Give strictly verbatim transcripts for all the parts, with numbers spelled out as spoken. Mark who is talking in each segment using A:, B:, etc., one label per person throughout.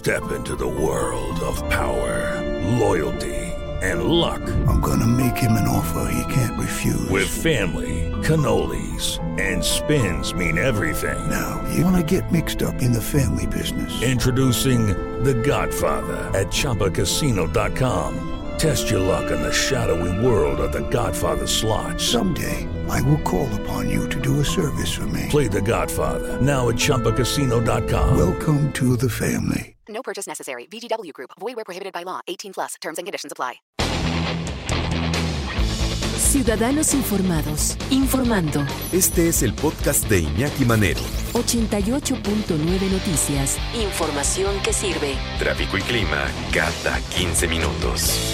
A: Step into the world of power, loyalty, and luck.
B: I'm gonna make him an offer he can't refuse.
A: With family, cannolis, and spins mean everything.
B: Now, you wanna get mixed up in the family business.
A: Introducing The Godfather at Chumba Casino dot com. Test your luck in the shadowy world of The Godfather slot.
B: Someday, I will call upon you to do a service for me.
A: Play The Godfather now at Chumba Casino dot com.
B: Welcome to the family.
C: No purchase necessary. V G W Group. Void where prohibited by law. eighteen plus. Terms and conditions apply.
D: Ciudadanos informados, informando.
E: Este es el podcast de Iñaki Manero.
D: ochenta y ocho punto nueve Noticias. Información que sirve.
E: Tráfico y clima cada quince minutos.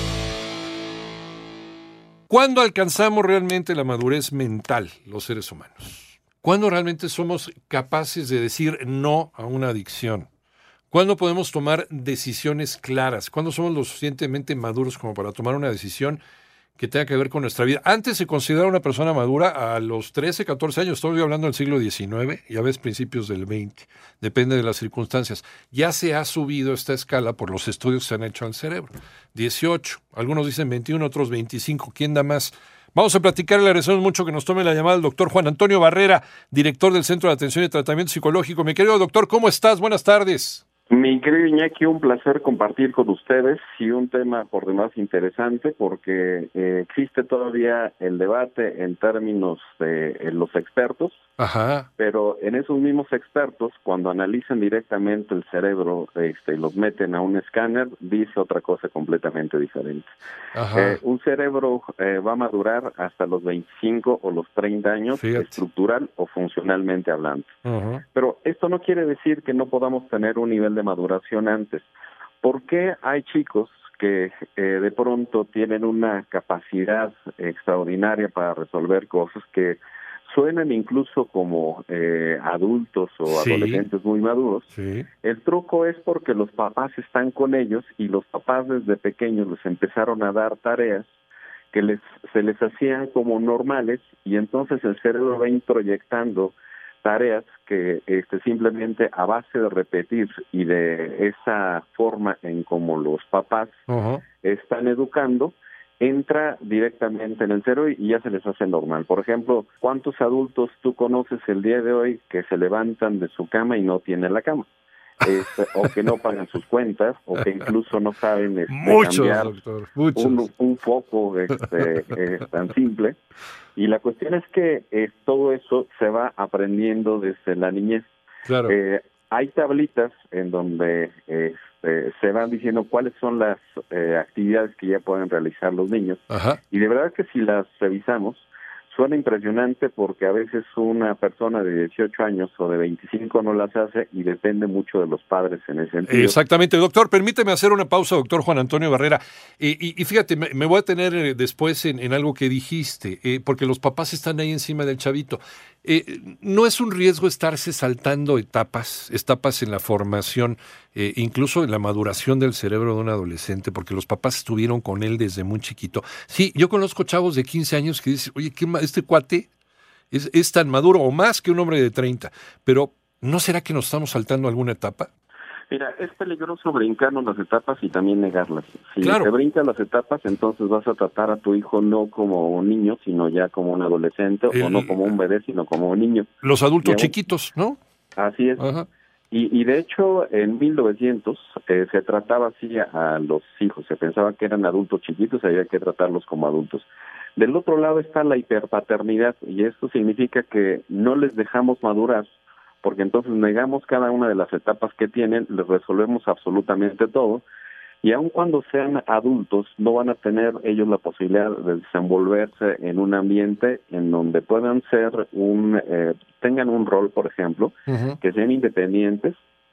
F: ¿Cuándo alcanzamos realmente la madurez mental, los seres humanos? ¿Cuándo realmente somos capaces de decir no a una adicción? ¿Cuándo podemos tomar decisiones claras? ¿Cuándo somos lo suficientemente maduros como para tomar una decisión que tenga que ver con nuestra vida? Antes se consideraba una persona madura a los trece, catorce años. Estoy hablando del siglo diecinueve, ya ves, principios del veinte. Depende de las circunstancias. Ya se ha subido esta escala por los estudios que se han hecho al cerebro. dieciocho, algunos dicen veintiuno, otros veinticinco. ¿Quién da más? Vamos a platicar, le agradecemos mucho que nos tome la llamada el doctor Juan Antonio Barrera, director del Centro de Atención y Tratamiento Psicológico. Mi querido doctor, ¿cómo estás? Buenas tardes.
G: Mi querido Iñaki, un placer compartir con ustedes y un tema por demás interesante porque eh, existe todavía el debate en términos de eh, los expertos.
F: Ajá.
G: Pero en esos mismos expertos, cuando analizan directamente el cerebro este, y los meten a un escáner, dice otra cosa completamente diferente.
F: Ajá.
G: Eh, un cerebro eh, va a madurar hasta los veinticinco o los treinta años,
F: Fíjate.
G: estructural o funcionalmente hablando.
F: Ajá.
G: Pero esto no quiere decir que no podamos tener un nivel de maduración antes. ¿Por qué hay chicos que eh, de pronto tienen una capacidad extraordinaria para resolver cosas que suenan incluso como eh, adultos o
F: Sí.
G: adolescentes muy maduros?
F: Sí.
G: El truco es porque los papás están con ellos y los papás desde pequeños les empezaron a dar tareas que les se les hacían como normales y entonces el cerebro va introyectando tareas que este, simplemente a base de repetir y de esa forma en como los papás
F: Ajá.
G: están educando, entra directamente en el cerebro y ya se les hace normal. Por ejemplo, ¿cuántos adultos tú conoces el día de hoy que se levantan de su cama y no tienen la cama? Este, o que no pagan sus cuentas, o que incluso no saben este,
F: Muchos,
G: cambiar
F: doctor, muchos.
G: un, un foco este, eh, tan simple. Y la cuestión es que eh, todo eso se va aprendiendo desde la niñez.
F: Claro.
G: Eh, hay tablitas en donde este, se van diciendo cuáles son las eh, actividades que ya pueden realizar los niños.
F: Ajá.
G: Y de verdad que si las revisamos, suena impresionante porque a veces una persona de dieciocho años o de veinticinco no las hace y depende mucho de los padres en ese sentido.
F: Exactamente. Doctor, permíteme hacer una pausa, doctor Juan Antonio Barrera. Eh, y, y fíjate, me, me voy a tener eh, después en, en algo que dijiste, eh, porque los papás están ahí encima del chavito. Eh, ¿No es un riesgo estarse saltando etapas, etapas en la formación, eh, incluso en la maduración del cerebro de un adolescente, porque los papás estuvieron con él desde muy chiquito? Sí, yo conozco chavos de quince años que dicen, oye, ¿qué ma- este cuate es, es tan maduro o más que un hombre de treinta, pero ¿no será que nos estamos saltando alguna etapa?
G: Mira, es peligroso brincarnos las etapas y también negarlas. Si
F: Claro.
G: te brincas las etapas, entonces vas a tratar a tu hijo no como un niño, sino ya como un adolescente,
F: El-
G: o no como un bebé, sino como un niño.
F: Los adultos
G: Digamos-
F: chiquitos, ¿no?
G: Así es.
F: Ajá.
G: Y, y de hecho, en mil novecientos eh, se trataba así a, a los hijos. Se pensaba que eran adultos chiquitos y había que tratarlos como adultos. Del otro lado está la hiperpaternidad, y esto significa que no les dejamos madurar, porque entonces negamos cada una de las etapas que tienen, les resolvemos absolutamente todo, y aun cuando sean adultos, no van a tener ellos la posibilidad de desenvolverse en un ambiente en donde puedan ser un, eh, tengan un rol, por ejemplo,
F: Ujú.
G: que sean independientes,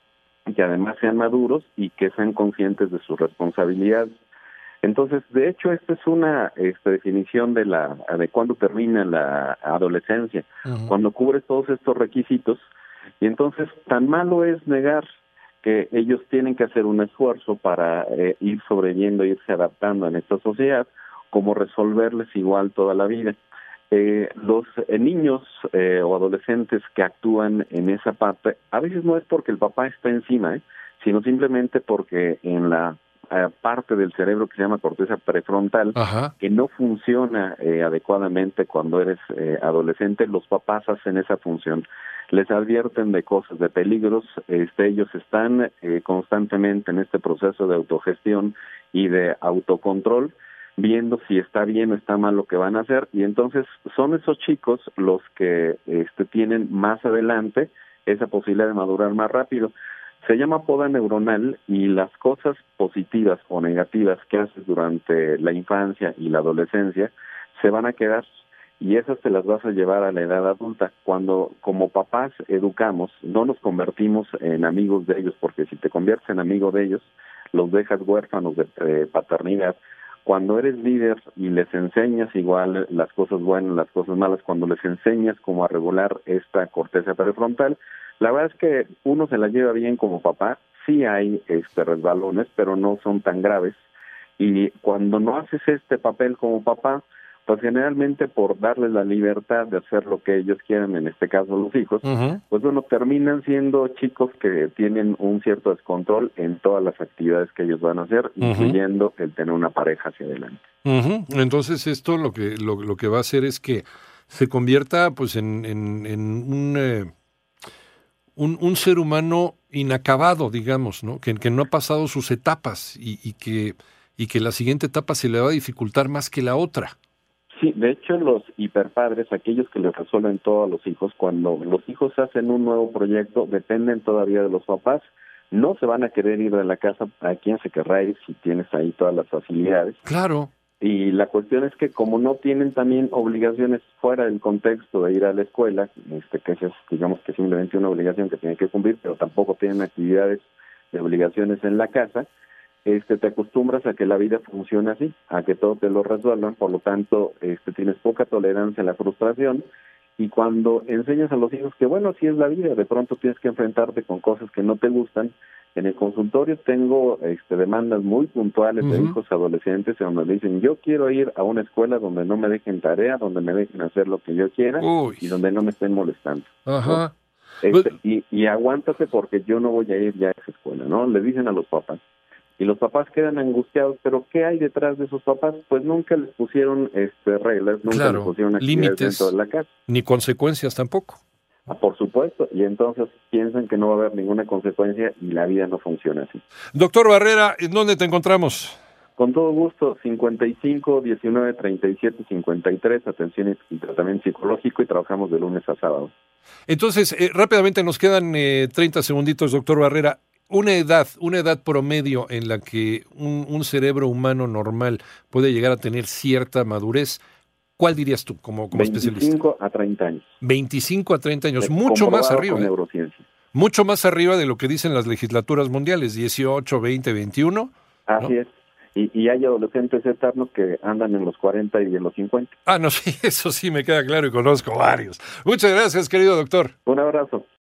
G: que además sean maduros y que sean conscientes de sus responsabilidades. Entonces, de hecho, esta es una esta definición de la de cuándo termina la adolescencia,
F: Ujú.
G: cuando cubre todos estos requisitos. Y entonces, tan malo es negar que ellos tienen que hacer un esfuerzo para eh, ir sobreviviendo, irse adaptando en esta sociedad, como resolverles igual toda la vida. Eh, los eh, niños eh, o adolescentes que actúan en esa parte, a veces no es porque el papá está encima, ¿eh? sino simplemente porque en la eh, parte del cerebro que se llama corteza prefrontal,
F: Ajá.
G: que no funciona eh, adecuadamente cuando eres eh, adolescente, los papás hacen esa función. Les advierten de cosas, de peligros, este, ellos están eh, constantemente en este proceso de autogestión y de autocontrol, viendo si está bien o está mal lo que van a hacer, y entonces son esos chicos los que este, tienen más adelante esa posibilidad de madurar más rápido. Se llama poda neuronal, y las cosas positivas o negativas que haces durante la infancia y la adolescencia se van a quedar, y esas te las vas a llevar a la edad adulta. Cuando como papás educamos, no nos convertimos en amigos de ellos, porque si te conviertes en amigo de ellos, los dejas huérfanos de eh, paternidad. Cuando eres líder y les enseñas igual las cosas buenas, las cosas malas, cuando les enseñas cómo a regular esta corteza prefrontal, la verdad es que uno se la lleva bien como papá. Sí hay este resbalones, pero no son tan graves. Y cuando no haces este papel como papá, pues generalmente por darles la libertad de hacer lo que ellos quieran, en este caso los hijos, uh-huh. pues bueno, terminan siendo chicos que tienen un cierto descontrol en todas las actividades que ellos van a hacer, uh-huh. incluyendo el tener una pareja hacia adelante.
F: Uh-huh. Entonces esto lo que lo, lo que va a hacer es que se convierta pues en, en, en un, eh, un un ser humano inacabado, digamos, ¿no? Que, que no ha pasado sus etapas y, y que y que la siguiente etapa se le va a dificultar más que la otra.
G: Sí, de hecho los hiperpadres, aquellos que les resuelven todo a los hijos, cuando los hijos hacen un nuevo proyecto, dependen todavía de los papás, no se van a querer ir de la casa. ¿A quién se querrá ir si tienes ahí todas las facilidades?
F: Claro.
G: Y la cuestión es que como no tienen también obligaciones fuera del contexto de ir a la escuela, este que es digamos que simplemente una obligación que tienen que cumplir, pero tampoco tienen actividades de obligaciones en la casa, este te acostumbras a que la vida funcione así, a que todo te lo resuelvan, por lo tanto este tienes poca tolerancia a la frustración, y cuando enseñas a los hijos que bueno, así es la vida, de pronto tienes que enfrentarte con cosas que no te gustan. En el consultorio tengo este demandas muy puntuales uh-huh. de hijos adolescentes donde me dicen, yo quiero ir a una escuela donde no me dejen tarea, donde me dejen hacer lo que yo quiera Uy. y donde no me estén molestando.
F: Ajá.
G: ¿No? Este, y, y aguántate porque yo no voy a ir ya a esa escuela, ¿no? Le dicen a los papás. Y los papás quedan angustiados, pero ¿qué hay detrás de esos papás? Pues nunca les pusieron este reglas, nunca
F: claro,
G: les pusieron actividades
F: límites,
G: dentro de la casa.
F: Ni consecuencias tampoco.
G: Ah, por supuesto, y entonces piensan que no va a haber ninguna consecuencia y la vida no funciona así.
F: Doctor Barrera, ¿en dónde te encontramos?
G: Con todo gusto, cincuenta y cinco, diecinueve, treinta y siete, cincuenta y tres, atención y tratamiento psicológico, y trabajamos de lunes a sábado.
F: Entonces, eh, rápidamente nos quedan eh, treinta segunditos, doctor Barrera. Una edad, una edad promedio en la que un, un cerebro humano normal puede llegar a tener cierta madurez, ¿cuál dirías tú como, como especialista?
G: veinticinco a treinta años.
F: veinticinco a treinta años, mucho más arriba.
G: Con neurociencia.
F: Mucho más arriba de lo que dicen las legislaturas mundiales, dieciocho, veinte, veintiuno.
G: Así ¿no? es. Y, y hay adolescentes eternos que andan en los cuarenta y en los cincuenta.
F: Ah, no, sí, eso sí me queda claro y conozco varios. Muchas gracias, querido doctor.
G: Un abrazo.